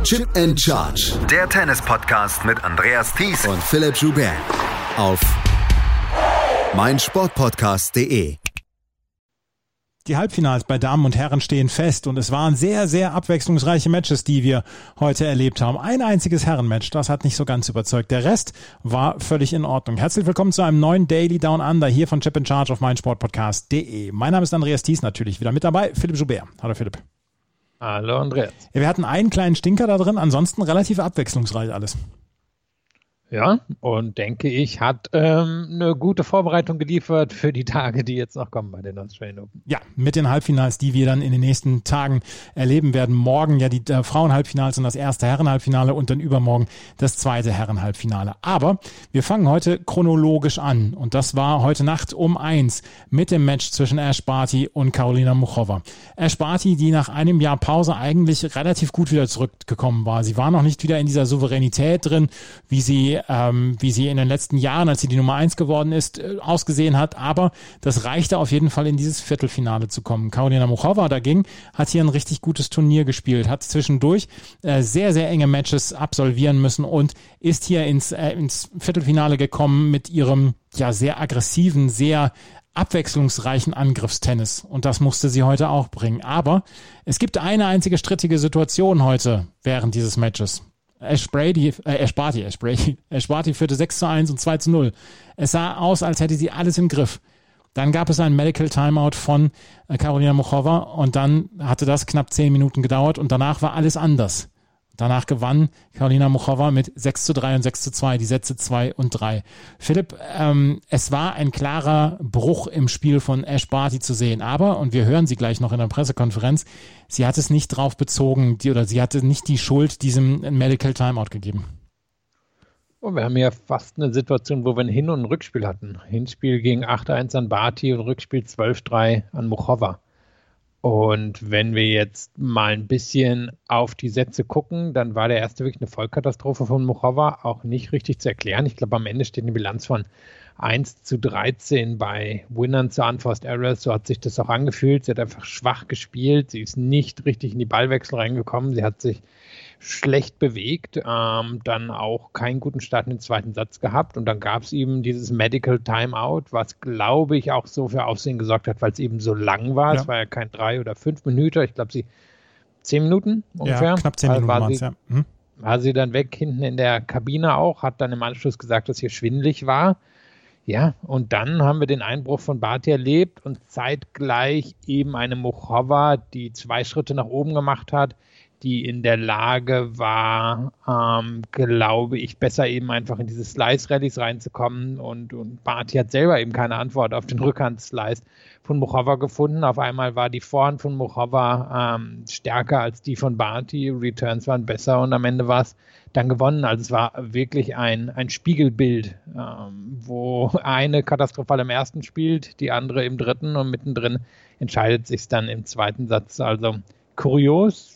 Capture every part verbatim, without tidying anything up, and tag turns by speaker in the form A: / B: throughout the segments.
A: Chip and Charge.
B: Der Tennis-Podcast mit Andreas Thies
A: und Philipp Joubert. Auf meinsportpodcast punkt de.
C: Die Halbfinals bei Damen und Herren stehen fest und es waren sehr, sehr abwechslungsreiche Matches, die wir heute erlebt haben. Ein einziges Herrenmatch, das hat nicht so ganz überzeugt. Der Rest war völlig in Ordnung. Herzlich willkommen zu einem neuen Daily Down Under hier von Chip and Charge auf meinsportpodcast punkt de. Mein Name ist Andreas Thies, natürlich wieder mit dabei, Philipp Joubert. Hallo Philipp.
D: Hallo Andreas.
C: Ja, wir hatten einen kleinen Stinker da drin, ansonsten relativ abwechslungsreich alles.
D: Ja, und denke ich, hat ähm, eine gute Vorbereitung geliefert für die Tage, die jetzt noch kommen bei den Australian Open.
C: Ja, mit den Halbfinals, die wir dann in den nächsten Tagen erleben werden. Morgen ja die äh, Frauenhalbfinals und das erste Herrenhalbfinale und dann übermorgen das zweite Herrenhalbfinale. Aber wir fangen heute chronologisch an und das war heute Nacht um eins mit dem Match zwischen Ash Barty und Karolina Muchova. Ash Barty, die nach einem Jahr Pause eigentlich relativ gut wieder zurückgekommen war. Sie war noch nicht wieder in dieser Souveränität drin, wie sie Ähm, wie sie in den letzten Jahren, als sie die Nummer eins geworden ist, äh, ausgesehen hat. Aber das reichte auf jeden Fall, in dieses Viertelfinale zu kommen. Karolina Muchova dagegen hat hier ein richtig gutes Turnier gespielt, hat zwischendurch äh, sehr, sehr enge Matches absolvieren müssen und ist hier ins, äh, ins Viertelfinale gekommen mit ihrem ja sehr aggressiven, sehr abwechslungsreichen Angriffstennis. Und das musste sie heute auch bringen. Aber es gibt eine einzige strittige Situation heute während dieses Matches. Ash Brady, äh, Ash Barty, Ash Brady, Ash Barty führte sechs zu eins und zwei zu null. Es sah aus, als hätte sie alles im Griff. Dann gab es ein Medical Timeout von äh, Karolina Muchova und dann hatte das knapp zehn Minuten gedauert und danach war alles anders. Danach gewann Karolina Muchova mit sechs zu drei und sechs zu zwei, die Sätze zwei und drei. Philipp, ähm, es war ein klarer Bruch im Spiel von Ash Barty zu sehen, aber, und wir hören sie gleich noch in der Pressekonferenz, sie hat es nicht drauf bezogen, die, oder sie hatte nicht die Schuld diesem Medical Timeout gegeben.
D: Oh, wir haben ja fast eine Situation, wo wir ein Hin- und ein Rückspiel hatten. Hinspiel gegen acht eins an Barty und Rückspiel zwölf drei an Muchova. Und wenn wir jetzt mal ein bisschen auf die Sätze gucken, dann war der erste wirklich eine Vollkatastrophe von Muchova, auch nicht richtig zu erklären. Ich glaube, am Ende steht eine Bilanz von eins zu dreizehn bei Winnern zu Unforced Errors. So hat sich das auch angefühlt. Sie hat einfach schwach gespielt. Sie ist nicht richtig in die Ballwechsel reingekommen. Sie hat sich schlecht bewegt, ähm, dann auch keinen guten Start in den zweiten Satz gehabt und dann gab es eben dieses Medical Timeout, was glaube ich auch so für Aufsehen gesorgt hat, weil es eben so lang war. Ja. Es war ja kein drei oder fünf Minuten, ich glaube sie zehn Minuten ungefähr.
C: Ja, knapp zehn Minuten
D: war
C: sie, ja. Hm.
D: War sie dann weg hinten in der Kabine auch, hat dann im Anschluss gesagt, dass hier schwindelig war. Ja, und dann haben wir den Einbruch von Barty erlebt und zeitgleich eben eine Muchova, die zwei Schritte nach oben gemacht hat, die in der Lage war, ähm, glaube ich, besser eben einfach in diese Slice-Rallies reinzukommen und, und Barty hat selber eben keine Antwort auf den Rückhand-Slice von Muchova gefunden. Auf einmal war die Vorhand von Muchova ähm, stärker als die von Barty, Returns waren besser und am Ende war es dann gewonnen. Also es war wirklich ein, ein Spiegelbild, ähm, wo eine katastrophal im ersten spielt, die andere im dritten und mittendrin entscheidet sich dann im zweiten Satz. Also kurios,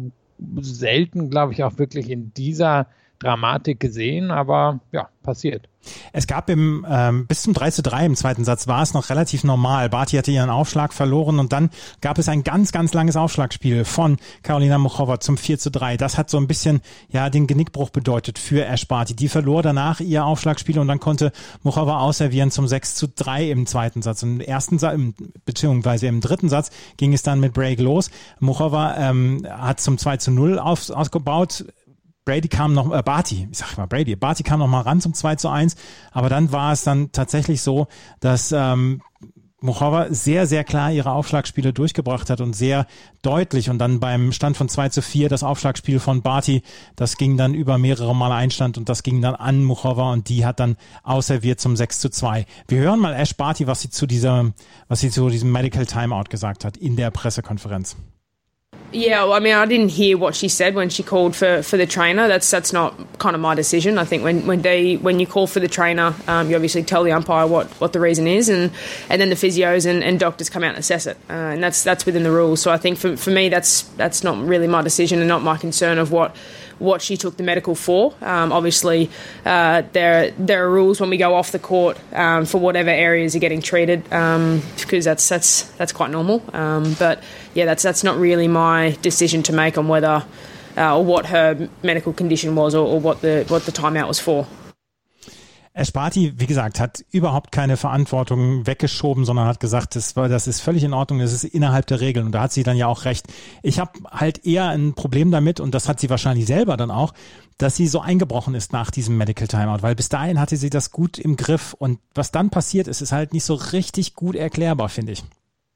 D: selten, glaube ich, auch wirklich in dieser Dramatik gesehen, aber ja, passiert.
C: Es gab im ähm, bis zum drei zu drei im zweiten Satz war es noch relativ normal. Barty hatte ihren Aufschlag verloren und dann gab es ein ganz, ganz langes Aufschlagspiel von Karolina Muchova zum vier zu drei. Das hat so ein bisschen ja den Genickbruch bedeutet für Ash Barty. Die verlor danach ihr Aufschlagspiel und dann konnte Muchova ausservieren zum sechs zu drei im zweiten Satz. Im ersten Satz, beziehungsweise im dritten Satz ging es dann mit Break los. Muchova ähm, hat zum zwei zu null auf, ausgebaut. Brady kam noch, äh, Barty, ich sag mal Brady, Barty kam noch mal ran zum zwei zu eins, aber dann war es dann tatsächlich so, dass ähm, Muchova sehr, sehr klar ihre Aufschlagspiele durchgebracht hat und sehr deutlich und dann beim Stand von zwei zu vier das Aufschlagspiel von Barty, das ging dann über mehrere Male Einstand und das ging dann an Muchova und die hat dann ausserviert zum sechs zu zwei. Wir hören mal Ash Barty, was sie zu dieser, was sie zu diesem Medical Timeout gesagt hat in der Pressekonferenz.
E: Yeah, well, I mean, I didn't hear what she said when she called for, for the trainer. That's that's not kind of my decision. I think when when they when you call for the trainer, um, you obviously tell the umpire what, what the reason is, and, and then the physios and, and doctors come out and assess it, uh, and that's that's within the rules. So I think for for me, that's that's not really my decision and not my concern of what. what she took the medical for. Um, obviously, uh, there there are rules when we go off the court um, for whatever areas are getting treated, um, because that's that's that's quite normal. Um, but yeah, that's that's not really my decision to make on whether uh, or what her medical condition was, or, or what the what the timeout was for.
C: Ash Barty, wie gesagt, hat überhaupt keine Verantwortung weggeschoben, sondern hat gesagt, das, war, das ist völlig in Ordnung, das ist innerhalb der Regeln. Und da hat sie dann ja auch recht. Ich habe halt eher ein Problem damit, und das hat sie wahrscheinlich selber dann auch, dass sie so eingebrochen ist nach diesem Medical Timeout, weil bis dahin hatte sie das gut im Griff. Und was dann passiert ist, ist halt nicht so richtig gut erklärbar, finde ich.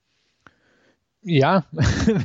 D: Ja,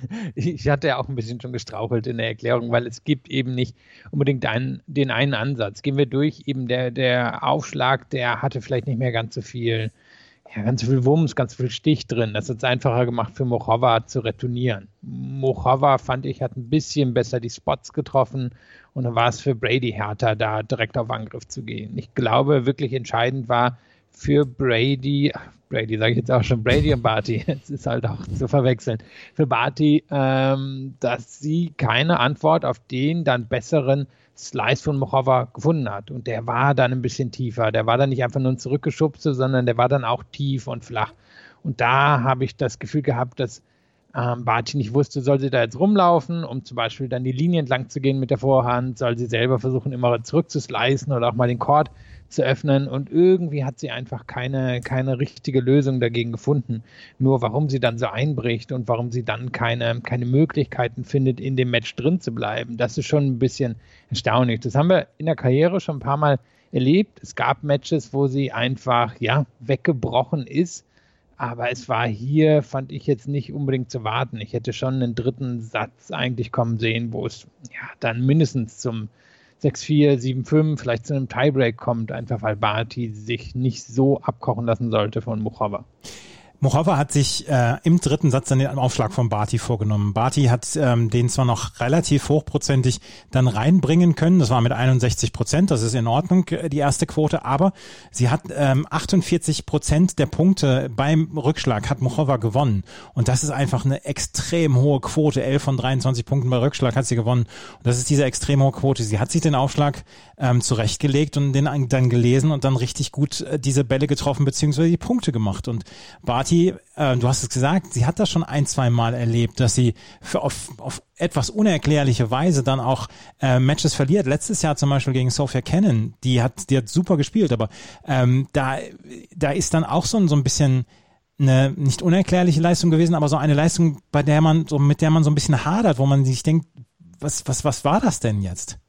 D: ich hatte ja auch ein bisschen schon gestrauchelt in der Erklärung, weil es gibt eben nicht unbedingt einen, den einen Ansatz. Gehen wir durch, eben der, der Aufschlag, der hatte vielleicht nicht mehr ganz so viel, ja, ganz so viel Wumms, ganz so viel Stich drin. Das hat es einfacher gemacht für Muchova zu retournieren. Muchova, fand ich, hat ein bisschen besser die Spots getroffen und dann war es für Brady härter, da direkt auf Angriff zu gehen. Ich glaube, wirklich entscheidend war für Brady, Brady sage ich jetzt auch schon, Brady und Barty, es ist halt auch zu verwechseln, für Barty, ähm, dass sie keine Antwort auf den dann besseren Slice von Muchova gefunden hat. Und der war dann ein bisschen tiefer. Der war dann nicht einfach nur ein Zurückgeschubste, sondern der war dann auch tief und flach. Und da habe ich das Gefühl gehabt, dass ähm, Barty nicht wusste, soll sie da jetzt rumlaufen, um zum Beispiel dann die Linie entlang zu gehen mit der Vorhand, soll sie selber versuchen, immer zurückzuslicen oder auch mal den Court zu öffnen, und irgendwie hat sie einfach keine, keine richtige Lösung dagegen gefunden. Nur warum sie dann so einbricht und warum sie dann keine, keine Möglichkeiten findet, in dem Match drin zu bleiben, das ist schon ein bisschen erstaunlich. Das haben wir in der Karriere schon ein paar Mal erlebt. Es gab Matches, wo sie einfach, ja, weggebrochen ist, aber es war hier, fand ich jetzt nicht unbedingt zu warten. Ich hätte schon einen dritten Satz eigentlich kommen sehen, wo es ja dann mindestens zum sechs vier, sieben fünf, vielleicht zu einem Tiebreak kommt, einfach weil Barty sich nicht so abkochen lassen sollte von Muchova.
C: Muchova hat sich äh, im dritten Satz dann den Aufschlag von Barty vorgenommen. Barty hat ähm, den zwar noch relativ hochprozentig dann reinbringen können, das war mit einundsechzig Prozent, das ist in Ordnung, die erste Quote, aber sie hat ähm, achtundvierzig Prozent der Punkte beim Rückschlag hat Muchova gewonnen, und das ist einfach eine extrem hohe Quote. elf von dreiundzwanzig Punkten bei Rückschlag hat sie gewonnen, und das ist diese extrem hohe Quote. Sie hat sich den Aufschlag ähm, zurechtgelegt und den dann gelesen und dann richtig gut äh, diese Bälle getroffen beziehungsweise die Punkte gemacht. Und Barty, äh, du hast es gesagt, sie hat das schon ein, zwei Mal erlebt, dass sie für auf, auf etwas unerklärliche Weise dann auch äh, Matches verliert. Letztes Jahr zum Beispiel gegen Sophia Kenin, die hat, die hat super gespielt, aber ähm, da, da ist dann auch so, so ein bisschen eine nicht unerklärliche Leistung gewesen, aber so eine Leistung, bei der man so, mit der man so ein bisschen hadert, wo man sich denkt, was, was, was war das denn jetzt?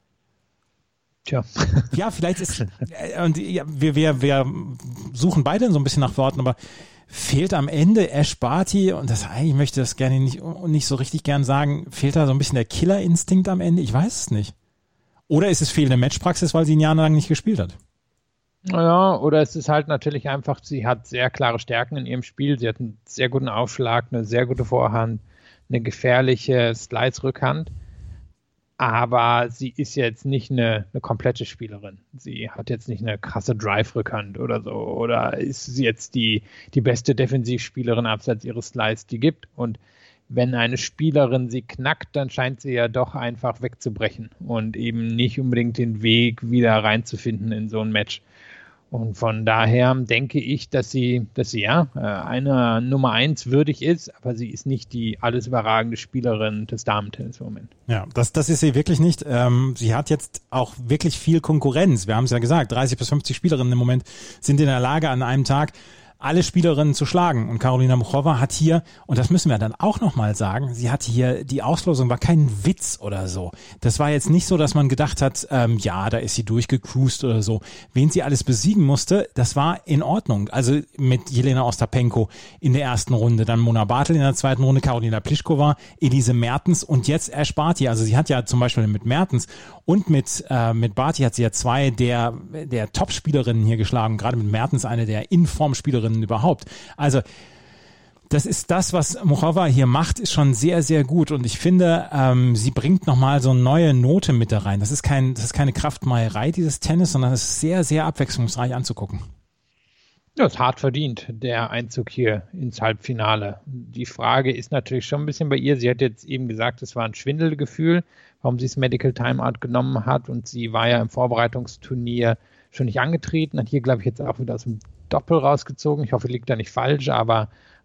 D: Tja.
C: Ja, vielleicht ist, äh, und ja, wir, wir, wir suchen beide so ein bisschen nach Worten, aber fehlt am Ende Ash Barty, und das eigentlich möchte das gerne nicht, nicht so richtig gern sagen, fehlt da so ein bisschen der Killerinstinkt am Ende? Ich weiß es nicht. Oder ist es fehlende Matchpraxis, weil sie ein Jahr lang nicht gespielt hat?
D: Ja, oder es ist halt natürlich einfach, sie hat sehr klare Stärken in ihrem Spiel. Sie hat einen sehr guten Aufschlag, eine sehr gute Vorhand, eine gefährliche Slice-Rückhand. Aber sie ist jetzt nicht eine, eine komplette Spielerin. Sie hat jetzt nicht eine krasse Drive-Rückhand oder so. Oder ist sie jetzt die, die beste Defensivspielerin abseits ihres Slice, die gibt. Und wenn eine Spielerin sie knackt, dann scheint sie ja doch einfach wegzubrechen und eben nicht unbedingt den Weg wieder reinzufinden in so ein Match. Und von daher denke ich, dass sie, dass sie ja eine Nummer eins würdig ist, aber sie ist nicht die alles überragende Spielerin des Damen-Tennis im Moment.
C: Ja, das, das ist sie wirklich nicht. Ähm, sie hat jetzt auch wirklich viel Konkurrenz. Wir haben es ja gesagt, dreißig bis fünfzig Spielerinnen im Moment sind in der Lage, an einem Tag alle Spielerinnen zu schlagen. Und Karolina Muchova hat hier, und das müssen wir dann auch nochmal sagen, sie hat hier, die Auslosung war kein Witz oder so. Das war jetzt nicht so, dass man gedacht hat, ähm, ja, da ist sie durchgecruised oder so. Wen sie alles besiegen musste, das war in Ordnung. Also mit Jelena Ostapenko in der ersten Runde, dann Mona Bartel in der zweiten Runde, Karolina Pliskova, Elise Mertens und jetzt Ash Barty. Also sie hat ja zum Beispiel mit Mertens und mit, äh, mit Barty hat sie ja zwei der, der Top-Spielerinnen hier geschlagen. Gerade mit Mertens eine der Inform-Spielerinnen überhaupt. Also das ist das, was Muchova hier macht, ist schon sehr, sehr gut, und ich finde, ähm, sie bringt nochmal so eine neue Note mit da rein. Das ist kein, das ist keine Kraftmeierei, dieses Tennis, sondern es ist sehr, sehr abwechslungsreich anzugucken.
D: Ja, ist hart verdient, der Einzug hier ins Halbfinale. Die Frage ist natürlich schon ein bisschen bei ihr, sie hat jetzt eben gesagt, es war ein Schwindelgefühl, warum sie das Medical Timeout genommen hat, und sie war ja im Vorbereitungsturnier schon nicht angetreten, hat hier, glaube ich, jetzt auch wieder aus dem Doppel rausgezogen. Ich hoffe, liegt da nicht falsch, aber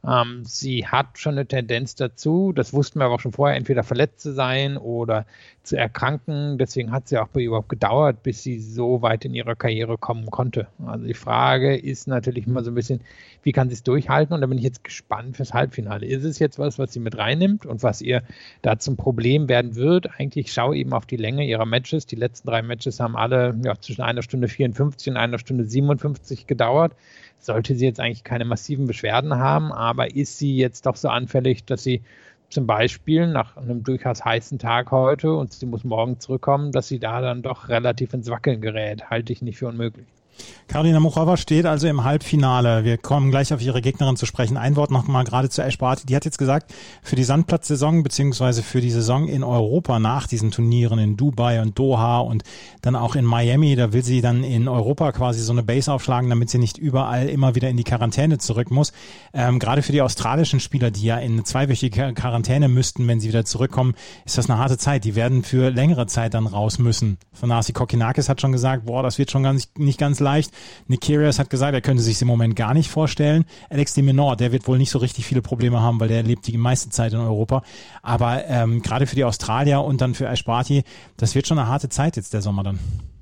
D: Ähm, sie hat schon eine Tendenz dazu, das wussten wir aber auch schon vorher, entweder verletzt zu sein oder zu erkranken. Deswegen hat sie auch bei ihr überhaupt gedauert, bis sie so weit in ihrer Karriere kommen konnte. Also die Frage ist natürlich immer so ein bisschen, wie kann sie es durchhalten? Und da bin ich jetzt gespannt fürs Halbfinale. Ist es jetzt was, was sie mit reinnimmt und was ihr da zum Problem werden wird? Eigentlich schaue eben auf die Länge ihrer Matches. Die letzten drei Matches haben alle ja, zwischen einer Stunde vierundfünfzig und einer Stunde siebenundfünfzig gedauert. Sollte sie jetzt eigentlich keine massiven Beschwerden haben, aber ist sie jetzt doch so anfällig, dass sie zum Beispiel nach einem durchaus heißen Tag heute und sie muss morgen zurückkommen, dass sie da dann doch relativ ins Wackeln gerät, halte ich nicht für unmöglich.
C: Karolina Muchova steht also im Halbfinale. Wir kommen gleich auf ihre Gegnerin zu sprechen. Ein Wort noch mal gerade zu Ash Barty. Die hat jetzt gesagt, für die Sandplatzsaison beziehungsweise für die Saison in Europa nach diesen Turnieren in Dubai und Doha und dann auch in Miami, da will sie dann in Europa quasi so eine Base aufschlagen, damit sie nicht überall immer wieder in die Quarantäne zurück muss. Ähm, gerade für die australischen Spieler, die ja in eine zweiwöchige Quarantäne müssten, wenn sie wieder zurückkommen, ist das eine harte Zeit. Die werden für längere Zeit dann raus müssen. Thanasi Kokkinakis hat schon gesagt, boah, das wird schon ganz, nicht ganz leicht. Nick Kyrgios hat gesagt, er könnte sich im Moment gar nicht vorstellen. Alex de Minaur, der wird wohl nicht so richtig viele Probleme haben, weil der lebt die meiste Zeit in Europa. Aber ähm, gerade für die Australier und dann für Ash Barty, das wird schon eine harte Zeit jetzt der Sommer dann.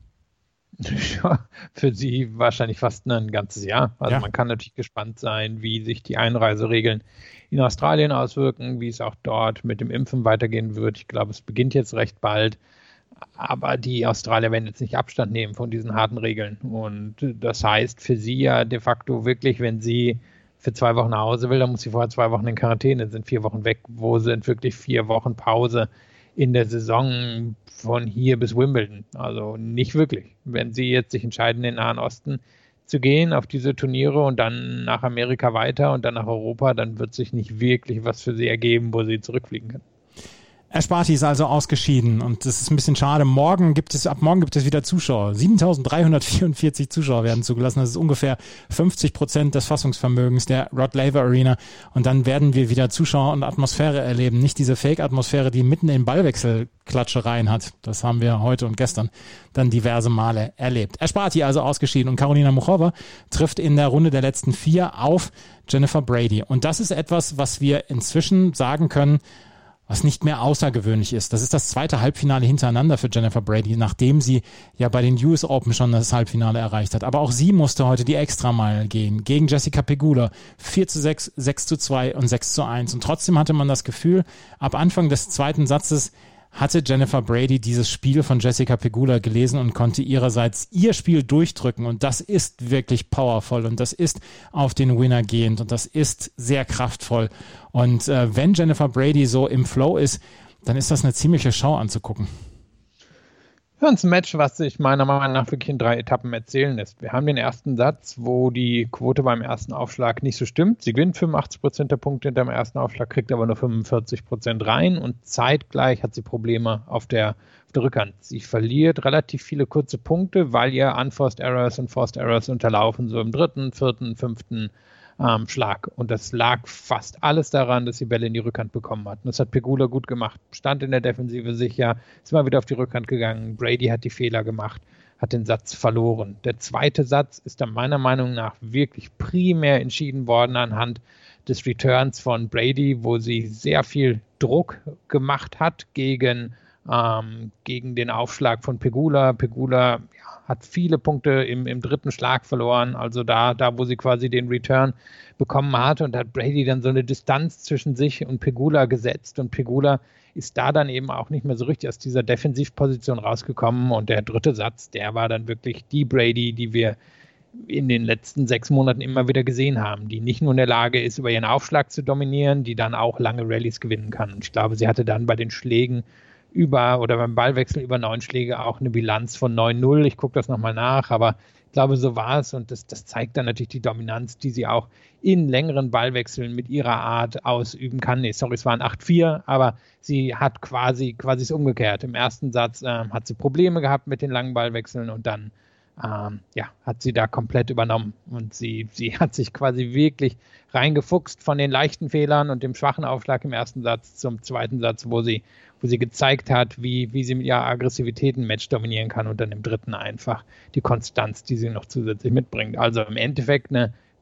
D: Ja, für sie wahrscheinlich fast ein ganzes Jahr. Also
C: ja.
D: Man kann natürlich gespannt sein, wie sich die Einreiseregeln in Australien auswirken, wie es auch dort mit dem Impfen weitergehen wird. Ich glaube, es beginnt jetzt recht bald. Aber die Australier werden jetzt nicht Abstand nehmen von diesen harten Regeln. Und das heißt für sie ja de facto wirklich, wenn sie für zwei Wochen nach Hause will, dann muss sie vorher zwei Wochen in Quarantäne, sind vier Wochen weg. Wo sind wirklich vier Wochen Pause in der Saison von hier bis Wimbledon? Also nicht wirklich. Wenn sie jetzt sich entscheiden, in den Nahen Osten zu gehen auf diese Turniere und dann nach Amerika weiter und dann nach Europa, dann wird sich nicht wirklich was für sie ergeben, wo sie zurückfliegen können.
C: Ash Barty ist also ausgeschieden und das ist ein bisschen schade. Morgen gibt es, ab morgen gibt es wieder Zuschauer. siebentausenddreihundertvierundvierzig Zuschauer werden zugelassen. Das ist ungefähr fünfzig Prozent des Fassungsvermögens der Rod Laver Arena. Und dann werden wir wieder Zuschauer und Atmosphäre erleben. Nicht diese Fake-Atmosphäre, die mitten in Ballwechselklatschereien hat. Das haben wir heute und gestern dann diverse Male erlebt. Ash Barty also ausgeschieden und Karolina Muchova trifft in der Runde der letzten vier auf Jennifer Brady. Und das ist etwas, was wir inzwischen sagen können, was nicht mehr außergewöhnlich ist. Das ist das zweite Halbfinale hintereinander für Jennifer Brady, nachdem sie ja bei den U S Open schon das Halbfinale erreicht hat. Aber auch sie musste heute die Extrameile gehen gegen Jessica Pegula. vier zu sechs, sechs zu zwei und sechs zu eins. Und trotzdem hatte man das Gefühl, ab Anfang des zweiten Satzes hatte Jennifer Brady dieses Spiel von Jessica Pegula gelesen und konnte ihrerseits ihr Spiel durchdrücken. Und das ist wirklich powerful und das ist auf den Winner gehend und das ist sehr kraftvoll. Und äh, wenn Jennifer Brady so im Flow ist, dann ist das eine ziemliche Show anzugucken.
D: Ja, ein Match, was sich meiner Meinung nach wirklich in drei Etappen erzählen lässt. Wir haben den ersten Satz, wo die Quote beim ersten Aufschlag nicht so stimmt. Sie gewinnt fünfundachtzig Prozent der Punkte hinter dem ersten Aufschlag, kriegt aber nur fünfundvierzig Prozent rein und zeitgleich hat sie Probleme auf der, auf der Rückhand. Sie verliert relativ viele kurze Punkte, weil ihr Unforced Errors und Forced Errors unterlaufen, so im dritten, vierten, fünften ähm, Schlag. Und das lag fast alles daran, dass sie Bälle in die Rückhand bekommen hat. Und das hat Pegula gut gemacht. Stand in der Defensive sicher, ist mal wieder auf die Rückhand gegangen. Brady hat die Fehler gemacht, hat den Satz verloren. Der zweite Satz ist dann meiner Meinung nach wirklich primär entschieden worden anhand des Returns von Brady, wo sie sehr viel Druck gemacht hat gegen, ähm, gegen den Aufschlag von Pegula. Pegula ja, hat viele Punkte im, im dritten Schlag verloren, also da, da, wo sie quasi den Return bekommen hatte, und hat Brady dann so eine Distanz zwischen sich und Pegula gesetzt und Pegula ist da dann eben auch nicht mehr so richtig aus dieser Defensivposition rausgekommen und der dritte Satz, der war dann wirklich die Brady, die wir in den letzten sechs Monaten immer wieder gesehen haben, die nicht nur in der Lage ist, über ihren Aufschlag zu dominieren, die dann auch lange Rallyes gewinnen kann. Und ich glaube, sie hatte dann bei den Schlägen über oder beim Ballwechsel über neun Schläge auch eine Bilanz von neun null. Ich gucke das nochmal nach, aber ich glaube, so war es und das, das zeigt dann natürlich die Dominanz, die sie auch in längeren Ballwechseln mit ihrer Art ausüben kann. Nee, sorry, es waren acht vier, aber sie hat quasi quasi es umgekehrt. Im ersten Satz ähm, hat sie Probleme gehabt mit den langen Ballwechseln und dann ähm, ja, hat sie da komplett übernommen und sie, sie hat sich quasi wirklich reingefuchst von den leichten Fehlern und dem schwachen Aufschlag im ersten Satz zum zweiten Satz, wo sie wo sie gezeigt hat, wie, wie sie mit ihrer Aggressivität ein Match dominieren kann und dann im dritten einfach die Konstanz, die sie noch zusätzlich mitbringt. Also im Endeffekt eine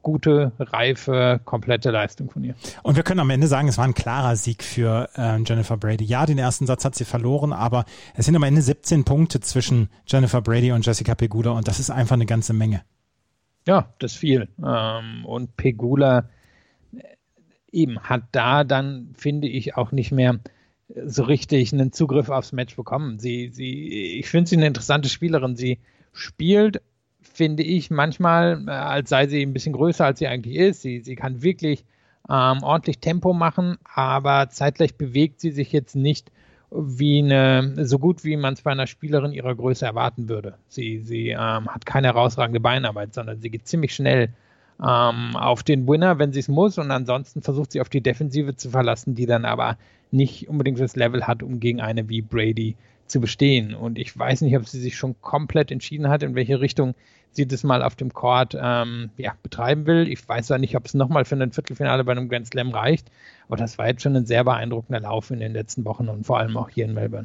D: gute, reife, komplette Leistung von ihr.
C: Und wir können am Ende sagen, es war ein klarer Sieg für äh, Jennifer Brady. Ja, den ersten Satz hat sie verloren, aber es sind am Ende siebzehn Punkte zwischen Jennifer Brady und Jessica Pegula und das ist einfach eine ganze Menge.
D: Ja, das ist viel. Ähm, und Pegula eben hat da dann, finde ich, auch nicht mehr so richtig einen Zugriff aufs Match bekommen. Sie, sie, ich finde sie eine interessante Spielerin. Sie spielt, finde ich, manchmal, äh, als sei sie ein bisschen größer, als sie eigentlich ist. Sie, sie kann wirklich ähm, ordentlich Tempo machen, aber zeitgleich bewegt sie sich jetzt nicht wie eine, so gut, wie man es bei einer Spielerin ihrer Größe erwarten würde. Sie, sie ähm, hat keine herausragende Beinarbeit, sondern sie geht ziemlich schnell ähm, auf den Winner, wenn sie es muss, und ansonsten versucht sie auf die Defensive zu verlassen, die dann aber nicht unbedingt das Level hat, um gegen eine wie Brady zu bestehen. Und ich weiß nicht, ob sie sich schon komplett entschieden hat, in welche Richtung sie das mal auf dem Court ähm, ja, betreiben will. Ich weiß auch nicht, ob es nochmal für ein Viertelfinale bei einem Grand Slam reicht, aber das war jetzt schon ein sehr beeindruckender Lauf in den letzten Wochen und vor allem auch hier in Melbourne.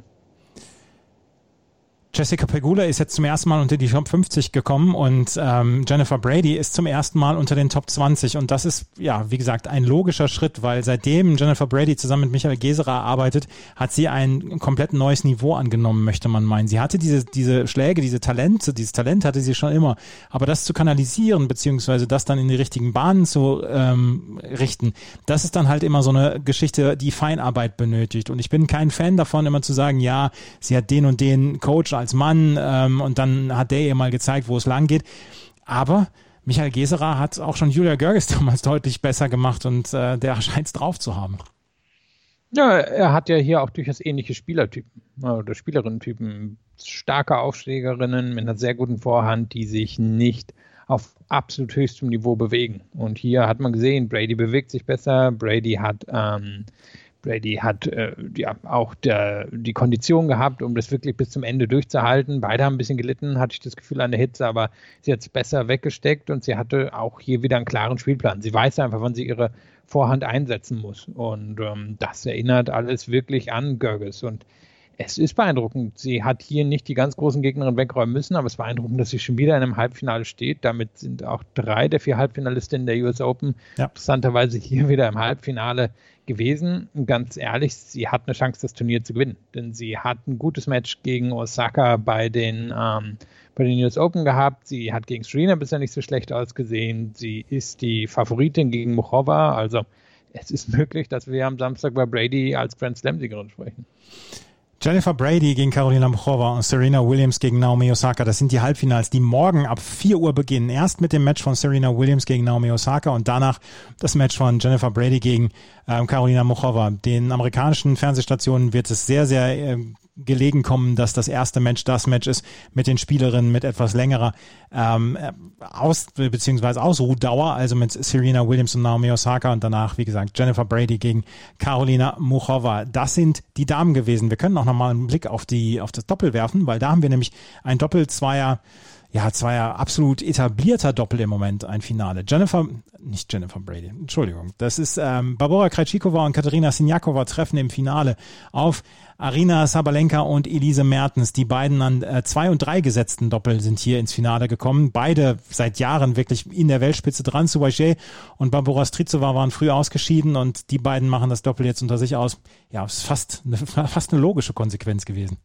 C: Jessica Pegula ist jetzt zum ersten Mal unter die Top fünfzig gekommen und ähm, Jennifer Brady ist zum ersten Mal unter den Top zwanzig und das ist, ja, wie gesagt, ein logischer Schritt, weil seitdem Jennifer Brady zusammen mit Michael Geserer arbeitet, hat sie ein komplett neues Niveau angenommen, möchte man meinen. Sie hatte diese diese Schläge, diese Talente, dieses Talent hatte sie schon immer, aber das zu kanalisieren, beziehungsweise das dann in die richtigen Bahnen zu ähm, richten, das ist dann halt immer so eine Geschichte, die Feinarbeit benötigt und ich bin kein Fan davon, immer zu sagen, ja, sie hat den und den Coach als Mann ähm, und dann hat der ihr mal gezeigt, wo es lang geht. Aber Michael Geserer hat auch schon Julia Görges damals deutlich besser gemacht und äh, der scheint es drauf zu haben.
D: Ja, er hat ja hier auch durchaus ähnliche Spielertypen oder Spielerinnentypen. Starke Aufschlägerinnen mit einer sehr guten Vorhand, die sich nicht auf absolut höchstem Niveau bewegen. Und hier hat man gesehen, Brady bewegt sich besser, Brady hat ähm, Brady hat äh, ja auch der, die Kondition gehabt, um das wirklich bis zum Ende durchzuhalten. Beide haben ein bisschen gelitten, hatte ich das Gefühl, an der Hitze, aber sie hat es besser weggesteckt und sie hatte auch hier wieder einen klaren Spielplan. Sie weiß einfach, wann sie ihre Vorhand einsetzen muss und ähm, das erinnert alles wirklich an Görges und es ist beeindruckend. Sie hat hier nicht die ganz großen Gegnerinnen wegräumen müssen, aber es ist beeindruckend, dass sie schon wieder in einem Halbfinale steht. Damit sind auch drei der vier Halbfinalistinnen der U S Open ja. interessanterweise hier wieder im Halbfinale gewesen. Und ganz ehrlich, sie hat eine Chance, das Turnier zu gewinnen, denn sie hat ein gutes Match gegen Osaka bei den, ähm, bei den U S Open gehabt. Sie hat gegen Serena bisher nicht so schlecht ausgesehen. Sie ist die Favoritin gegen Muchova. Also es ist möglich, dass wir am Samstag bei Brady als Grand Slam-Siegerin sprechen.
C: Jennifer Brady gegen Karolina Muchova und Serena Williams gegen Naomi Osaka. Das sind die Halbfinals, die morgen ab vier Uhr beginnen. Erst mit dem Match von Serena Williams gegen Naomi Osaka und danach das Match von Jennifer Brady gegen ähm, Karolina Muchova. Den amerikanischen Fernsehstationen wird es sehr, sehr äh, gelegen kommen, dass das erste Match das Match ist mit den Spielerinnen mit etwas längerer ähm, Aus- bzw. Ausruhdauer, also mit Serena Williams und Naomi Osaka und danach, wie gesagt, Jennifer Brady gegen Karolina Muchova. Das sind die Damen gewesen. Wir können auch nochmal einen Blick auf die auf das Doppel werfen, weil da haben wir nämlich ein Doppel zweier Ja, zweier absolut etablierter Doppel im Moment, ein Finale. Jennifer, nicht Jennifer Brady, Entschuldigung. Das ist ähm, Barbora Krejcikova und Katerina Siniakova treffen im Finale auf Aryna Sabalenka und Elise Mertens. Die beiden an äh, zwei und drei gesetzten Doppel sind hier ins Finale gekommen. Beide seit Jahren wirklich in der Weltspitze dran. Suwaje und Barbora Strycova waren früh ausgeschieden und die beiden machen das Doppel jetzt unter sich aus. Ja, es ist fast eine, fast eine logische Konsequenz gewesen.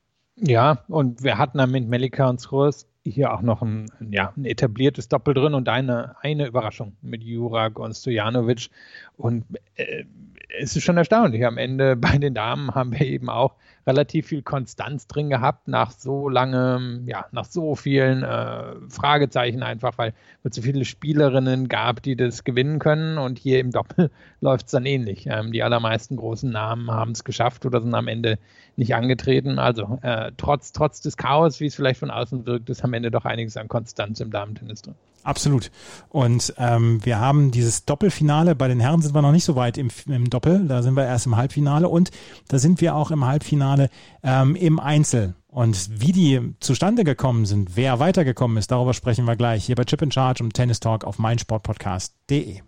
D: Ja, und wir hatten dann mit Melika und Sruas hier auch noch ein, ja, ein etabliertes Doppel drin und eine, eine Überraschung mit Jurak und Stojanovic. Und äh, es ist schon erstaunlich. Am Ende bei den Damen haben wir eben auch relativ viel Konstanz drin gehabt nach so langem, ja, nach so vielen äh, Fragezeichen einfach, weil es so viele Spielerinnen gab, die das gewinnen können und hier im Doppel läuft es dann ähnlich. Ähm, die allermeisten großen Namen haben es geschafft oder sind am Ende nicht angetreten. Also äh, trotz, trotz des Chaos, wie es vielleicht von außen wirkt, ist am Ende doch einiges an Konstanz im Damentennis drin.
C: Absolut. Und ähm, wir haben dieses Doppelfinale, bei den Herren sind wir noch nicht so weit im, im Doppel, da sind wir erst im Halbfinale und da sind wir auch im Halbfinale ähm, im Einzel. Und wie die zustande gekommen sind, wer weitergekommen ist, darüber sprechen wir gleich hier bei Chip in Charge und Tennis Talk auf meinsportpodcast punkt de.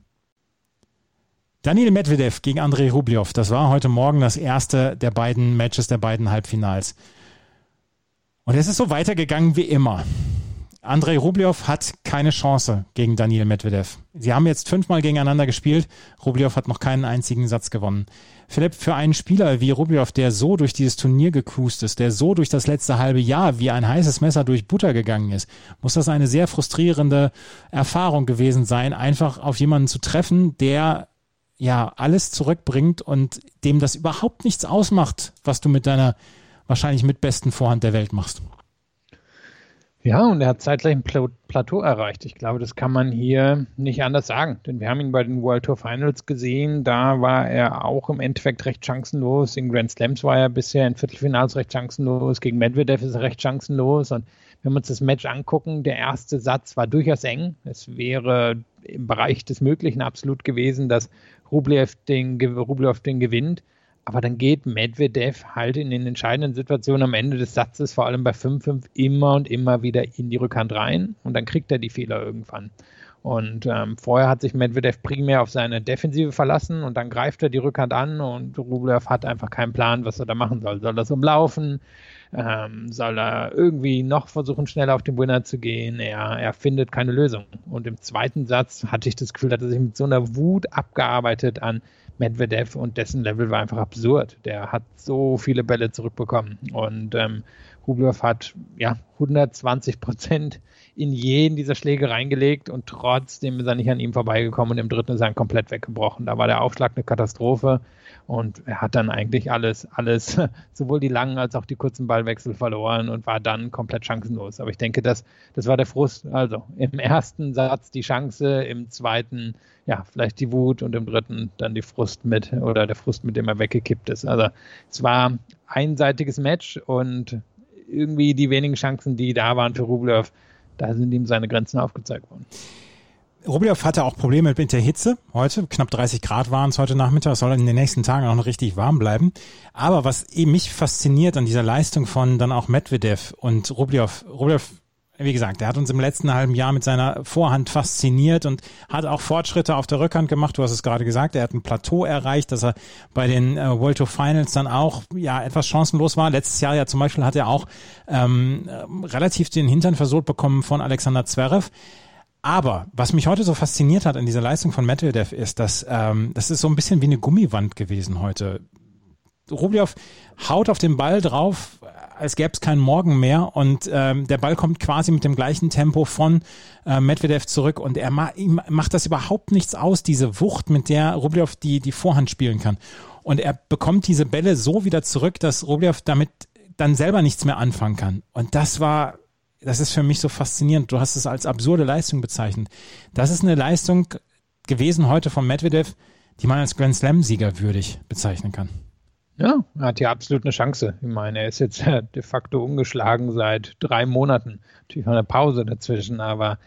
C: Daniil Medvedev gegen Andrei Rublev, das war heute Morgen das erste der beiden Matches, der beiden Halbfinals. Und es ist so weitergegangen wie immer. Andrei Rublev hat keine Chance gegen Daniil Medvedev. Sie haben jetzt fünfmal gegeneinander gespielt. Rublev hat noch keinen einzigen Satz gewonnen. Philipp, für einen Spieler wie Rublev, der so durch dieses Turnier gecruised ist, der so durch das letzte halbe Jahr wie ein heißes Messer durch Butter gegangen ist, muss das eine sehr frustrierende Erfahrung gewesen sein, einfach auf jemanden zu treffen, der ja alles zurückbringt und dem das überhaupt nichts ausmacht, was du mit deiner wahrscheinlich mit besten Vorhand der Welt machst.
D: Ja, und er hat zeitgleich ein Plateau erreicht. Ich glaube, das kann man hier nicht anders sagen. Denn wir haben ihn bei den World Tour Finals gesehen. Da war er auch im Endeffekt recht chancenlos. In Grand Slams war er bisher in Viertelfinals recht chancenlos. Gegen Medvedev ist er recht chancenlos. Und wenn wir uns das Match angucken, der erste Satz war durchaus eng. Es wäre im Bereich des Möglichen absolut gewesen, dass Rublev den, Rublev den gewinnt. Aber dann geht Medvedev halt in den entscheidenden Situationen am Ende des Satzes, vor allem bei fünf fünf, immer und immer wieder in die Rückhand rein und dann kriegt er die Fehler irgendwann. Und ähm, vorher hat sich Medvedev primär auf seine Defensive verlassen und dann greift er die Rückhand an und Rublev hat einfach keinen Plan, was er da machen soll. Soll er es umlaufen? Ähm, soll er irgendwie noch versuchen, schneller auf den Winner zu gehen? Er, er findet keine Lösung. Und im zweiten Satz hatte ich das Gefühl, dass er sich mit so einer Wut abgearbeitet an Medvedev und dessen Level war einfach absurd. Der hat so viele Bälle zurückbekommen und ähm, Rublev hat ja hundertzwanzig Prozent in jeden dieser Schläge reingelegt und trotzdem ist er nicht an ihm vorbeigekommen und im dritten ist er komplett weggebrochen. Da war der Aufschlag eine Katastrophe und er hat dann eigentlich alles, alles, sowohl die langen als auch die kurzen Ballwechsel verloren und war dann komplett chancenlos. Aber ich denke, das, das war der Frust. Also im ersten Satz die Chance, im zweiten ja, vielleicht die Wut und im dritten dann die Frust mit oder der Frust, mit dem er weggekippt ist. Also es war ein einseitiges Match und irgendwie die wenigen Chancen, die da waren für Rublev, da sind ihm seine Grenzen aufgezeigt worden.
C: Rublev hatte auch Probleme mit der Hitze heute. Knapp dreißig Grad waren es heute Nachmittag. Es soll in den nächsten Tagen auch noch richtig warm bleiben. Aber was eben mich fasziniert an dieser Leistung von dann auch Medvedev und Rublev, Rublev, wie gesagt, er hat uns im letzten halben Jahr mit seiner Vorhand fasziniert und hat auch Fortschritte auf der Rückhand gemacht. Du hast es gerade gesagt, er hat ein Plateau erreicht, dass er bei den äh, World Tour Finals dann auch ja etwas chancenlos war. Letztes Jahr ja zum Beispiel hat er auch ähm, relativ den Hintern versohlt bekommen von Alexander Zverev. Aber was mich heute so fasziniert hat an dieser Leistung von Medvedev ist, dass ähm, das ist so ein bisschen wie eine Gummiwand gewesen heute. Rublev haut auf den Ball drauf, als gäbe es keinen Morgen mehr und ähm, der Ball kommt quasi mit dem gleichen Tempo von äh, Medvedev zurück und er ma- ihm macht das überhaupt nichts aus, diese Wucht, mit der Rublev die, die Vorhand spielen kann. Und er bekommt diese Bälle so wieder zurück, dass Rublev damit dann selber nichts mehr anfangen kann. Und das war, das ist für mich so faszinierend. Du hast es als absurde Leistung bezeichnet. Das ist eine Leistung gewesen heute von Medvedev, die man als Grand Slam-Sieger würdig bezeichnen kann.
D: Ja, er hat hier absolut eine Chance. Ich meine, er ist jetzt de facto ungeschlagen seit drei Monaten. Natürlich noch eine Pause dazwischen, aber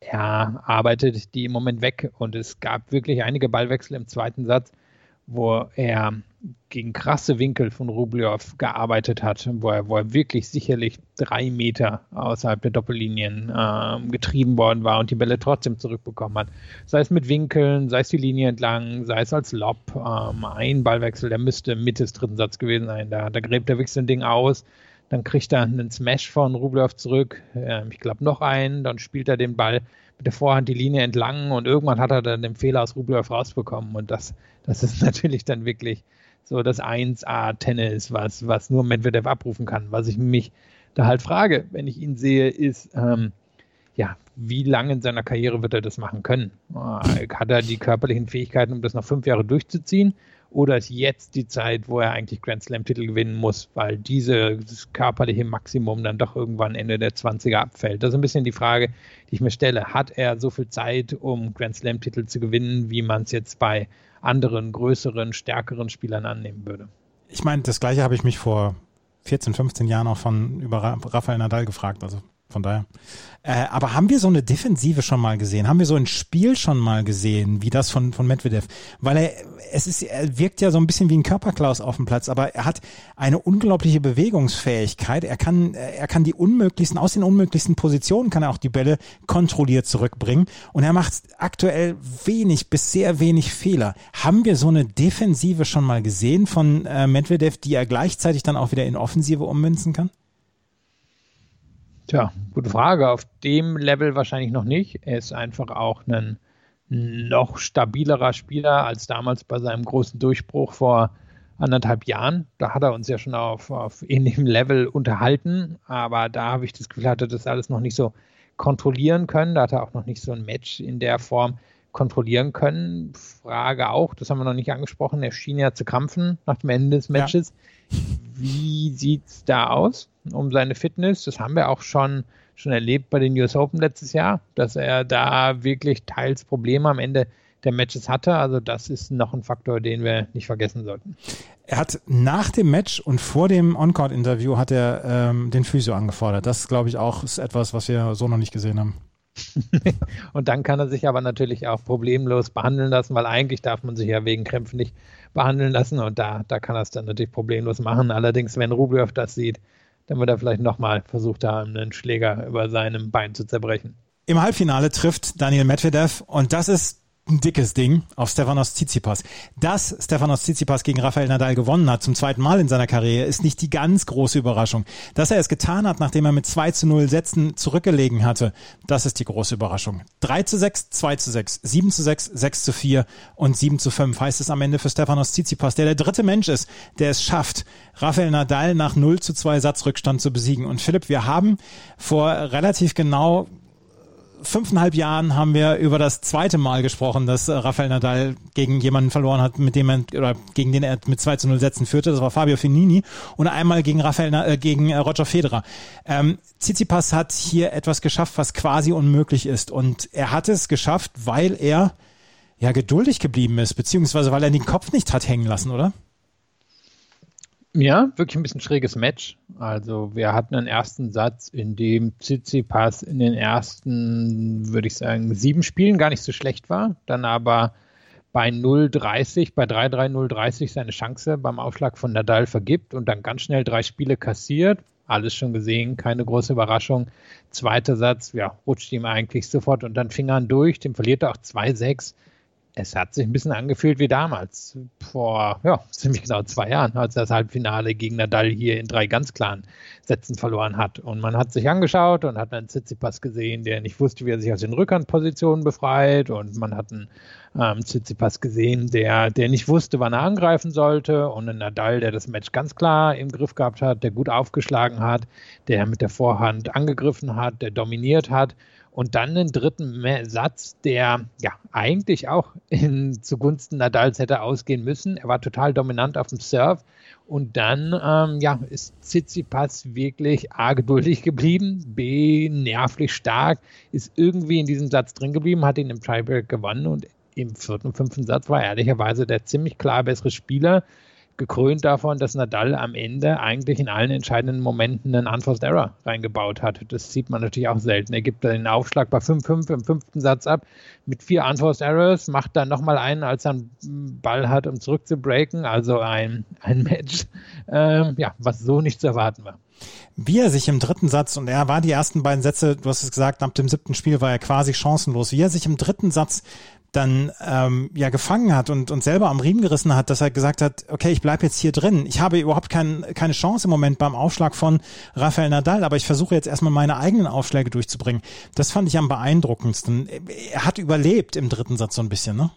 D: er arbeitet die im Moment weg. Und es gab wirklich einige Ballwechsel im zweiten Satz, wo er gegen krasse Winkel von Rublev gearbeitet hat, wo er, wo er wirklich sicherlich drei Meter außerhalb der Doppellinien äh, getrieben worden war und die Bälle trotzdem zurückbekommen hat. Sei es mit Winkeln, sei es die Linie entlang, sei es als Lob. Ähm, ein Ballwechsel, der müsste Mitte des dritten Satz gewesen sein. Da, da gräbt er wirklich so ein Ding aus, dann kriegt er einen Smash von Rublev zurück, äh, ich glaube noch einen, dann spielt er den Ball mit der Vorhand die Linie entlang und irgendwann hat er dann den Fehler aus Rublev rausbekommen und das, das ist natürlich dann wirklich so das eins A Tennis, was, was nur Medvedev abrufen kann. Was ich mich da halt frage, wenn ich ihn sehe, ist, ähm, ja, wie lange in seiner Karriere wird er das machen können? Äh, hat er die körperlichen Fähigkeiten, um das noch fünf Jahre durchzuziehen? Oder ist jetzt die Zeit, wo er eigentlich Grand Slam-Titel gewinnen muss, weil dieses körperliche Maximum dann doch irgendwann Ende der zwanziger abfällt? Das ist ein bisschen die Frage, die ich mir stelle. Hat er so viel Zeit, um Grand Slam-Titel zu gewinnen, wie man es jetzt bei anderen, größeren, stärkeren Spielern annehmen würde?
C: Ich meine, das Gleiche habe ich mich vor vierzehn, fünfzehn Jahren auch von über Rafael Nadal gefragt, also von daher. Äh, aber haben wir so eine Defensive schon mal gesehen? Haben wir so ein Spiel schon mal gesehen, wie das von von Medvedev? Weil er, es ist, er wirkt ja so ein bisschen wie ein Körperklaus auf dem Platz, aber er hat eine unglaubliche Bewegungsfähigkeit. Er kann, er kann die unmöglichsten, aus den unmöglichsten Positionen kann er auch die Bälle kontrolliert zurückbringen. Und er macht aktuell wenig bis sehr wenig Fehler. Haben wir so eine Defensive schon mal gesehen von äh, Medvedev, die er gleichzeitig dann auch wieder in Offensive ummünzen kann?
D: Tja, gute Frage. Auf dem Level wahrscheinlich noch nicht. Er ist einfach auch ein noch stabilerer Spieler als damals bei seinem großen Durchbruch vor anderthalb Jahren. Da hat er uns ja schon auf, auf ähnlichem Level unterhalten, aber da habe ich das Gefühl, hatte das alles noch nicht so kontrollieren können. Da hat er auch noch nicht so ein Match in der Form kontrollieren können. Frage auch, das haben wir noch nicht angesprochen, er schien ja zu krampfen nach dem Ende des Matches. Ja. Wie sieht es da aus um seine Fitness? Das haben wir auch schon, schon erlebt bei den U S Open letztes Jahr, dass er da wirklich teils Probleme am Ende der Matches hatte. Also das ist noch ein Faktor, den wir nicht vergessen sollten.
C: Er hat nach dem Match und vor dem On-Court-Interview hat er ähm, den Physio angefordert. Das, glaube ich, auch ist etwas, was wir so noch nicht gesehen haben.
D: Und dann kann er sich aber natürlich auch problemlos behandeln lassen, weil eigentlich darf man sich ja wegen Krämpfen nicht behandeln lassen und da, da kann er es dann natürlich problemlos machen. Allerdings, wenn Rublev das sieht, dann wird er vielleicht nochmal versucht haben, einen Schläger über seinem Bein zu zerbrechen.
C: Im Halbfinale trifft Daniil Medvedev und das ist ein dickes Ding auf Stefanos Tsitsipas. Dass Stefanos Tsitsipas gegen Rafael Nadal gewonnen hat, zum zweiten Mal in seiner Karriere, ist nicht die ganz große Überraschung. Dass er es getan hat, nachdem er mit zwei zu null Sätzen zurückgelegen hatte, das ist die große Überraschung. drei zu sechs, zwei zu sechs, sieben zu sechs, sechs zu vier und sieben zu fünf heißt es am Ende für Stefanos Tsitsipas, der der dritte Mensch ist, der es schafft, Rafael Nadal nach null zu zwei Satzrückstand zu besiegen. Und Philipp, wir haben vor relativ genau fünfeinhalb Jahren haben wir über das zweite Mal gesprochen, dass Rafael Nadal gegen jemanden verloren hat, mit dem er, oder gegen den er mit zwei zu null Sätzen führte. Das war Fabio Fognini und einmal gegen Rafael, äh, gegen Roger Federer. Ähm, Tsitsipas hat hier etwas geschafft, was quasi unmöglich ist. Und er hat es geschafft, weil er ja geduldig geblieben ist, beziehungsweise weil er den Kopf nicht hat hängen lassen, oder?
D: Ja, wirklich ein bisschen schräges Match. Also wir hatten einen ersten Satz, in dem Tsitsipas in den ersten, würde ich sagen, sieben Spielen gar nicht so schlecht war. Dann aber bei null dreißig, bei drei drei null dreißig seine Chance beim Aufschlag von Nadal vergibt und dann ganz schnell drei Spiele kassiert. Alles schon gesehen, keine große Überraschung. Zweiter Satz, ja, rutscht ihm eigentlich sofort unter den Fingern durch. Den verliert er auch zwei sechs. Es hat sich ein bisschen angefühlt wie damals, vor ja, ziemlich genau zwei Jahren, als er das Halbfinale gegen Nadal hier in drei ganz klaren Sätzen verloren hat. Und man hat sich angeschaut und hat einen Tsitsipas gesehen, der nicht wusste, wie er sich aus den Rückhandpositionen befreit. Und man hat einen ähm, Tsitsipas gesehen, der, der nicht wusste, wann er angreifen sollte. Und einen Nadal, der das Match ganz klar im Griff gehabt hat, der gut aufgeschlagen hat, der mit der Vorhand angegriffen hat, der dominiert hat. Und dann einen dritten Satz, der ja eigentlich auch in, zugunsten Nadals hätte ausgehen müssen. Er war total dominant auf dem Serve. Und dann ähm, ja, ist Tsitsipas wirklich A, geduldig geblieben, B, nervlich stark, ist irgendwie in diesem Satz drin geblieben, hat ihn im Tiebreak gewonnen. Und im vierten und fünften Satz war ehrlicherweise der ziemlich klar bessere Spieler, gekrönt davon, dass Nadal am Ende eigentlich in allen entscheidenden Momenten einen Unforced Error reingebaut hat. Das sieht man natürlich auch selten. Er gibt den Aufschlag bei fünf fünf im fünften Satz ab mit vier Unforced Errors, macht dann nochmal einen, als er einen Ball hat, um zurückzubreaken. Also ein, ein Match, ähm, ja, was so nicht zu erwarten war.
C: Wie er sich im dritten Satz, und er war die ersten beiden Sätze, du hast es gesagt, ab dem siebten Spiel war er quasi chancenlos, wie er sich im dritten Satz dann ähm, ja gefangen hat und, und selber am Riemen gerissen hat, dass er gesagt hat, okay, ich bleibe jetzt hier drin. Ich habe überhaupt kein, keine Chance im Moment beim Aufschlag von Rafael Nadal, aber ich versuche jetzt erstmal meine eigenen Aufschläge durchzubringen. Das fand ich am beeindruckendsten. Er hat überlebt im dritten Satz so ein bisschen, ne?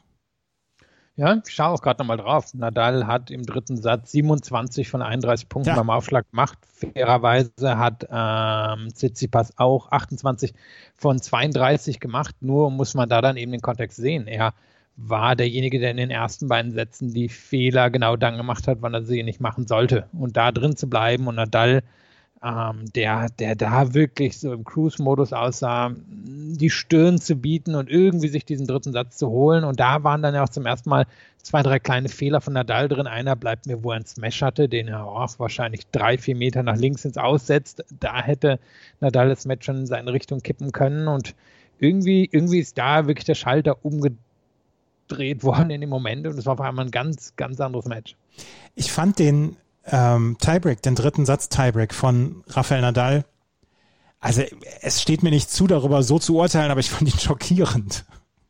D: Ja, ich schaue auch gerade nochmal drauf. Nadal hat im dritten Satz siebenundzwanzig von einunddreißig Punkten ja. beim Aufschlag gemacht. Fairerweise hat ähm, Tsitsipas auch achtundzwanzig von zweiunddreißig gemacht. Nur muss man da dann eben den Kontext sehen. Er war derjenige, der in den ersten beiden Sätzen die Fehler genau dann gemacht hat, wann er sie nicht machen sollte. Und da drin zu bleiben und Nadal, ähm, der, der da wirklich so im Cruise-Modus aussah, die Stirn zu bieten und irgendwie sich diesen dritten Satz zu holen. Und da waren dann ja auch zum ersten Mal zwei, drei kleine Fehler von Nadal drin. Einer bleibt mir, wo er einen Smash hatte, den er auch wahrscheinlich drei, vier Meter nach links ins Aussetzt. Da hätte Nadal das Match schon in seine Richtung kippen können. Und irgendwie, irgendwie ist da wirklich der Schalter umgedreht worden in dem Moment. Und es war auf einmal ein ganz, ganz anderes Match.
C: Ich fand den ähm, Tiebreak, den dritten Satz Tiebreak von Rafael Nadal, also es steht mir nicht zu, darüber so zu urteilen, aber ich fand ihn schockierend.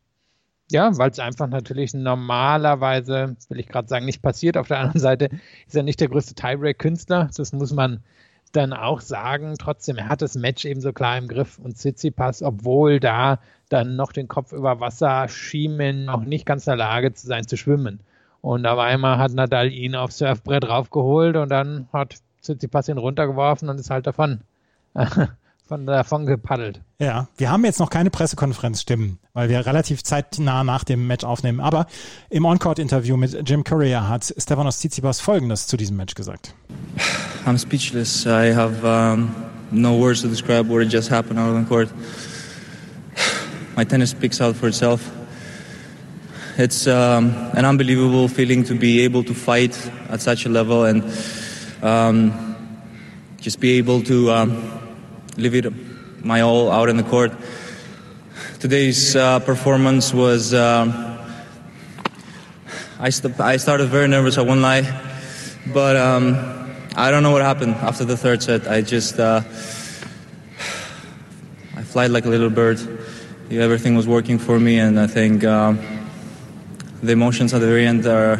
D: Ja, weil es einfach natürlich normalerweise, will ich gerade sagen, nicht passiert. Auf der anderen Seite ist er nicht der größte Tiebreak-Künstler. Das muss man dann auch sagen, trotzdem, er hat das Match eben so klar im Griff und Tsitsipas, obwohl da dann noch den Kopf über Wasser schien, noch nicht ganz in der Lage zu sein, zu schwimmen. Und auf einmal hat Nadal ihn aufs Surfbrett raufgeholt und dann hat Tsitsipas ihn runtergeworfen und ist halt davon, von davon gepaddelt.
C: Ja, wir haben jetzt noch keine Pressekonferenzstimmen, weil wir relativ zeitnah nach dem Match aufnehmen. Aber im On-Court-Interview mit Jim Courier hat Stefanos Tsitsipas Folgendes zu diesem Match gesagt.
F: I'm speechless. I have um, no words to describe what just happened out on court. My tennis speaks out for itself. It's um, an unbelievable feeling to be able to fight at such a level and um, just be able to um, live it my all out in the court. Today's uh, performance was. Uh, I, st- I started very nervous, I won't lie, but um, I don't know what happened after the third set. I just uh, I flied like a little bird. Everything was working for me, and I think. Uh, The emotions at the very end are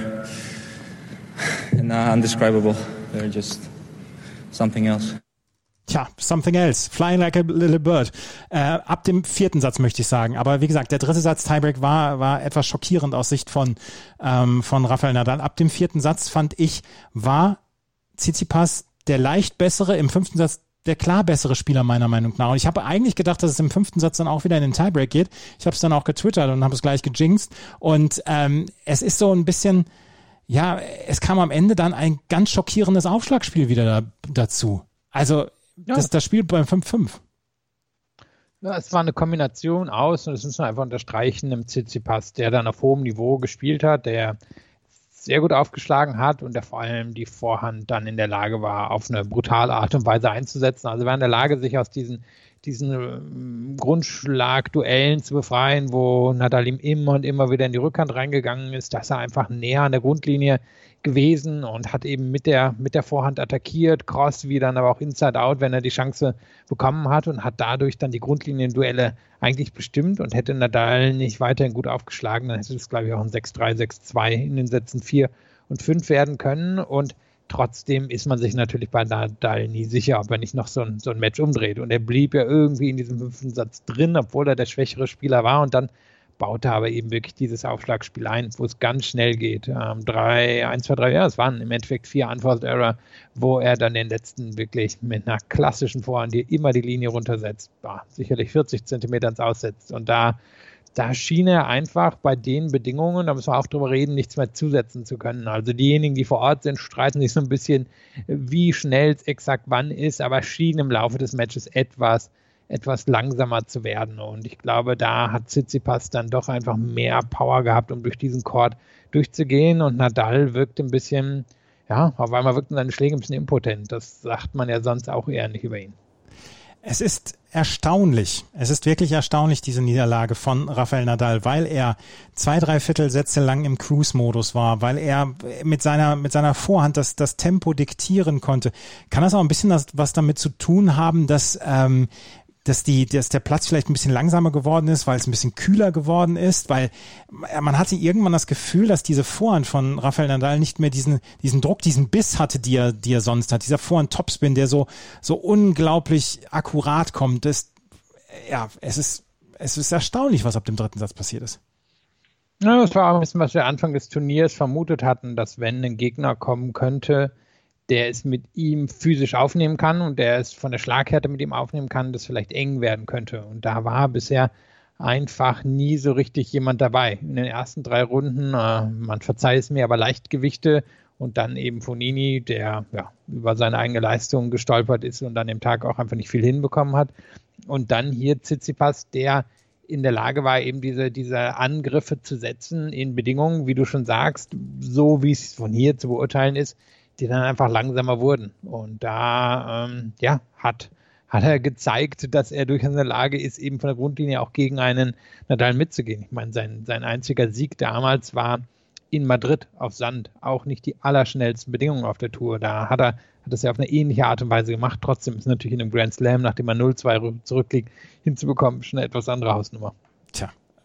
F: undescribable. They're just something else.
C: Tja, something else. Flying like a little bird. Äh, ab dem vierten Satz möchte ich sagen. Aber wie gesagt, der dritte Satz Tiebreak war war etwas schockierend aus Sicht von ähm, von Rafael Nadal. Ab dem vierten Satz fand ich, war Tsitsipas der leicht bessere, im fünften Satz der klar bessere Spieler meiner Meinung nach. Und ich habe eigentlich gedacht, dass es im fünften Satz dann auch wieder in den Tiebreak geht. Ich habe es dann auch getwittert und habe es gleich gejinxt. Und ähm, es ist so ein bisschen, ja, es kam am Ende dann ein ganz schockierendes Aufschlagspiel wieder da, dazu. Also ja. das, das Spiel beim fünf fünf.
D: Ja, es war eine Kombination aus, und das müssen wir einfach unterstreichen, im Tsitsipas, der dann auf hohem Niveau gespielt hat, der sehr gut aufgeschlagen hat und der vor allem die Vorhand dann in der Lage war, auf eine brutale Art und Weise einzusetzen. Also war in der Lage, sich aus diesen, diesen Grundschlagduellen zu befreien, wo Nadal ihm immer und immer wieder in die Rückhand reingegangen ist. Da ist er einfach näher an der Grundlinie gewesen und hat eben mit der, mit der Vorhand attackiert, Cross wie dann aber auch Inside Out, wenn er die Chance bekommen hat, und hat dadurch dann die Grundlinienduelle eigentlich bestimmt, und hätte Nadal nicht weiterhin gut aufgeschlagen, dann hätte es, glaube ich, auch ein sechs drei, sechs zwei in den Sätzen vier und fünf werden können, und trotzdem ist man sich natürlich bei Nadal nie sicher, ob er nicht noch so ein, so ein Match umdreht, und er blieb ja irgendwie in diesem fünften Satz drin, obwohl er der schwächere Spieler war, und dann baute aber eben wirklich dieses Aufschlagspiel ein, wo es ganz schnell geht. Ähm, drei, eins, zwei, drei, ja, es waren im Endeffekt vier Unforced Error, wo er dann den letzten wirklich mit einer klassischen Vorhand, die immer die Linie runtersetzt, boah, sicherlich vierzig Zentimeter ins Aussetzt. Und da, da schien er einfach bei den Bedingungen, da müssen wir auch drüber reden, nichts mehr zusetzen zu können. Also diejenigen, die vor Ort sind, streiten sich so ein bisschen, wie schnell es exakt wann ist, aber schien im Laufe des Matches etwas etwas langsamer zu werden, und ich glaube, da hat Tsitsipas dann doch einfach mehr Power gehabt, um durch diesen Court durchzugehen, und Nadal wirkt ein bisschen, ja, auf einmal wirkten seine Schläge ein bisschen impotent. Das sagt man ja sonst auch eher nicht über ihn.
C: Es ist erstaunlich, es ist wirklich erstaunlich, diese Niederlage von Rafael Nadal, weil er zwei, drei Viertelsätze lang im Cruise-Modus war, weil er mit seiner mit seiner Vorhand das das Tempo diktieren konnte. Kann das auch ein bisschen das, was damit zu tun haben, dass ähm, dass die, dass der Platz vielleicht ein bisschen langsamer geworden ist, weil es ein bisschen kühler geworden ist, weil man hatte irgendwann das Gefühl, dass diese Vorhand von Rafael Nadal nicht mehr diesen, diesen Druck, diesen Biss hatte, die er, die er sonst hat. Dieser Vorhand-Topspin, der so, so unglaublich akkurat kommt, ist, ja, es ist, es ist erstaunlich, was ab dem dritten Satz passiert ist.
D: Ja, das war auch ein bisschen, was wir Anfang des Turniers vermutet hatten, dass wenn ein Gegner kommen könnte, der es mit ihm physisch aufnehmen kann und der es von der Schlaghärte mit ihm aufnehmen kann, das vielleicht eng werden könnte. Und da war bisher einfach nie so richtig jemand dabei. In den ersten drei Runden, äh, man verzeiht es mir, aber Leichtgewichte, und dann eben Fognini, der ja, über seine eigene Leistung gestolpert ist und an dem Tag auch einfach nicht viel hinbekommen hat. Und dann hier Tsitsipas, der in der Lage war, eben diese, diese Angriffe zu setzen in Bedingungen, wie du schon sagst, so wie es von hier zu beurteilen ist, die dann einfach langsamer wurden. Und da ähm, ja, hat, hat er gezeigt, dass er durchaus in der Lage ist, eben von der Grundlinie auch gegen einen Nadal mitzugehen. Ich meine, sein, sein einziger Sieg damals war in Madrid auf Sand. Auch nicht die allerschnellsten Bedingungen auf der Tour. Da hat er hat es ja auf eine ähnliche Art und Weise gemacht. Trotzdem ist natürlich in einem Grand Slam, nachdem er null zwei zurückliegt, hinzubekommen, schon eine etwas andere Hausnummer.
C: Tja.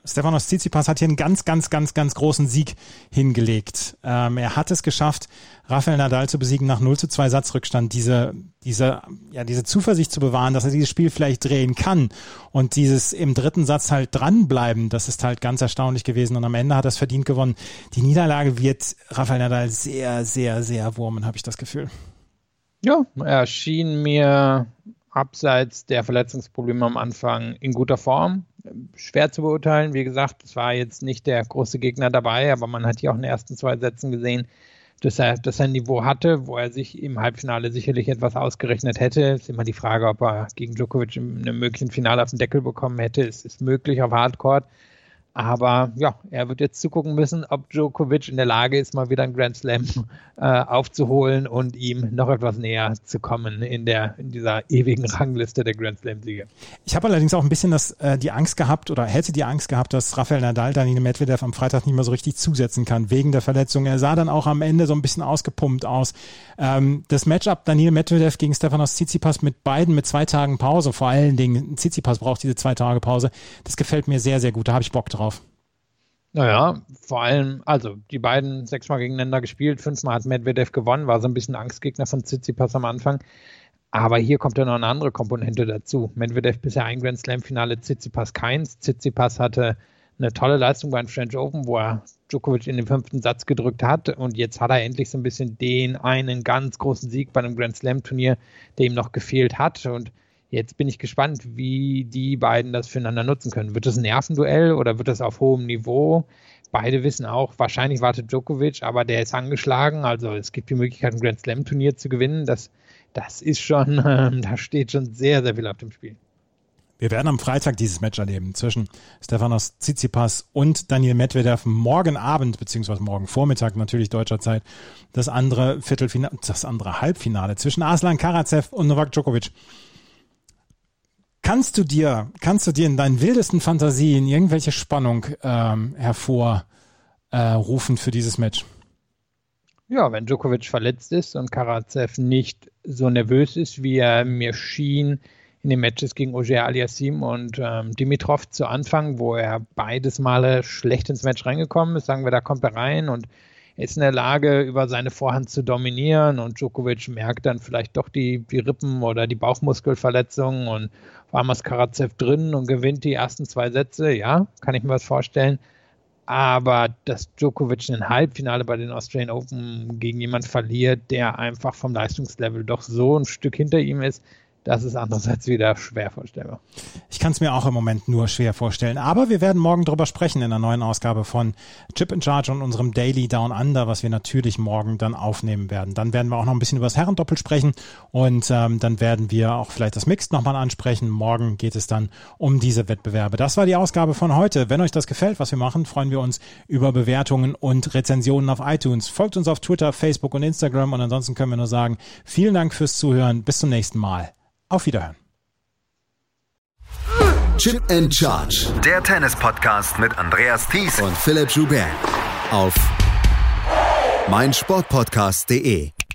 C: Stefanos Tsitsipas hat hier einen ganz, ganz, ganz, ganz großen Sieg hingelegt. Ähm, er hat es geschafft, Rafael Nadal zu besiegen nach null zu zwei Satzrückstand, diese, diese, ja, diese Zuversicht zu bewahren, dass er dieses Spiel vielleicht drehen kann und dieses im dritten Satz halt dranbleiben, das ist halt ganz erstaunlich gewesen und am Ende hat er es verdient gewonnen. Die Niederlage wird Rafael Nadal sehr, sehr, sehr wurmen, habe ich das Gefühl.
D: Ja, er schien mir abseits der Verletzungsprobleme am Anfang in guter Form. Schwer zu beurteilen, wie gesagt, es war jetzt nicht der große Gegner dabei, aber man hat hier auch in den ersten zwei Sätzen gesehen, dass er, dass er ein Niveau hatte, wo er sich im Halbfinale sicherlich etwas ausgerechnet hätte. Es ist immer die Frage, ob er gegen Djokovic in einem möglichen Finale auf den Deckel bekommen hätte. Es ist möglich auf Hardcourt. Aber ja, er wird jetzt zugucken müssen, ob Djokovic in der Lage ist, mal wieder einen Grand Slam äh, aufzuholen und ihm noch etwas näher zu kommen in der in dieser ewigen Rangliste der Grand Slam-Siege.
C: Ich habe allerdings auch ein bisschen das, äh, die Angst gehabt oder hätte die Angst gehabt, dass Rafael Nadal Daniil Medvedev am Freitag nicht mehr so richtig zusetzen kann, wegen der Verletzung. Er sah dann auch am Ende so ein bisschen ausgepumpt aus. Ähm, das Matchup Daniil Medvedev gegen Stefanos Tsitsipas mit beiden mit zwei Tagen Pause, vor allen Dingen Tsitsipas braucht diese zwei Tage Pause, das gefällt mir sehr, sehr gut. Da habe ich Bock drauf.
D: Naja, vor allem, also die beiden sechsmal gegeneinander gespielt, fünfmal hat Medvedev gewonnen, war so ein bisschen Angstgegner von Tsitsipas am Anfang. Aber hier kommt ja noch eine andere Komponente dazu. Medvedev bisher ein Grand Slam-Finale, Tsitsipas keins. Tsitsipas hatte eine tolle Leistung beim French Open, wo er Djokovic in den fünften Satz gedrückt hat. Und jetzt hat er endlich so ein bisschen den einen ganz großen Sieg bei einem Grand Slam-Turnier, der ihm noch gefehlt hat. Und jetzt bin ich gespannt, wie die beiden das füreinander nutzen können. Wird das ein Nervenduell oder wird das auf hohem Niveau? Beide wissen auch, wahrscheinlich wartet Djokovic, aber der ist angeschlagen. Also es gibt die Möglichkeit, ein Grand Slam Turnier zu gewinnen. Das, das ist schon, äh, da steht schon sehr, sehr viel auf dem Spiel.
C: Wir werden am Freitag dieses Match erleben zwischen Stefanos Tsitsipas und Daniil Medvedev morgen Abend, beziehungsweise morgen Vormittag natürlich deutscher Zeit, das andere Viertelfinale, das andere Halbfinale zwischen Aslan Karatsev und Novak Djokovic. Kannst du dir, kannst du dir in deinen wildesten Fantasien irgendwelche Spannung ähm, hervorrufen äh, für dieses Match?
D: Ja, wenn Djokovic verletzt ist und Karatsev nicht so nervös ist, wie er mir schien in den Matches gegen Auger Aliassime und ähm, Dimitrov zu Anfang, wo er beides Male schlecht ins Match reingekommen ist, sagen wir, da kommt er rein und er ist in der Lage, über seine Vorhand zu dominieren und Djokovic merkt dann vielleicht doch die, die Rippen- oder die Bauchmuskelverletzungen und war mal Karatsev drin und gewinnt die ersten zwei Sätze. Ja, kann ich mir was vorstellen. Aber dass Djokovic ein Halbfinale bei den Australian Open gegen jemanden verliert, der einfach vom Leistungslevel doch so ein Stück hinter ihm ist, das ist andererseits wieder schwer vorstellbar.
C: Ich kann es mir auch im Moment nur schwer vorstellen. Aber wir werden morgen drüber sprechen in der neuen Ausgabe von Chip in Charge und unserem Daily Down Under, was wir natürlich morgen dann aufnehmen werden. Dann werden wir auch noch ein bisschen über das Herrendoppel sprechen und ähm, dann werden wir auch vielleicht das Mixed nochmal ansprechen. Morgen geht es dann um diese Wettbewerbe. Das war die Ausgabe von heute. Wenn euch das gefällt, was wir machen, freuen wir uns über Bewertungen und Rezensionen auf iTunes. Folgt uns auf Twitter, Facebook und Instagram und ansonsten können wir nur sagen, vielen Dank fürs Zuhören. Bis zum nächsten Mal. Auf Wiederhören.
A: Chip and Charge.
B: Der Tennis-Podcast mit Andreas Thies
A: und Philipp Joubert. Auf meinsportpodcast punkt de.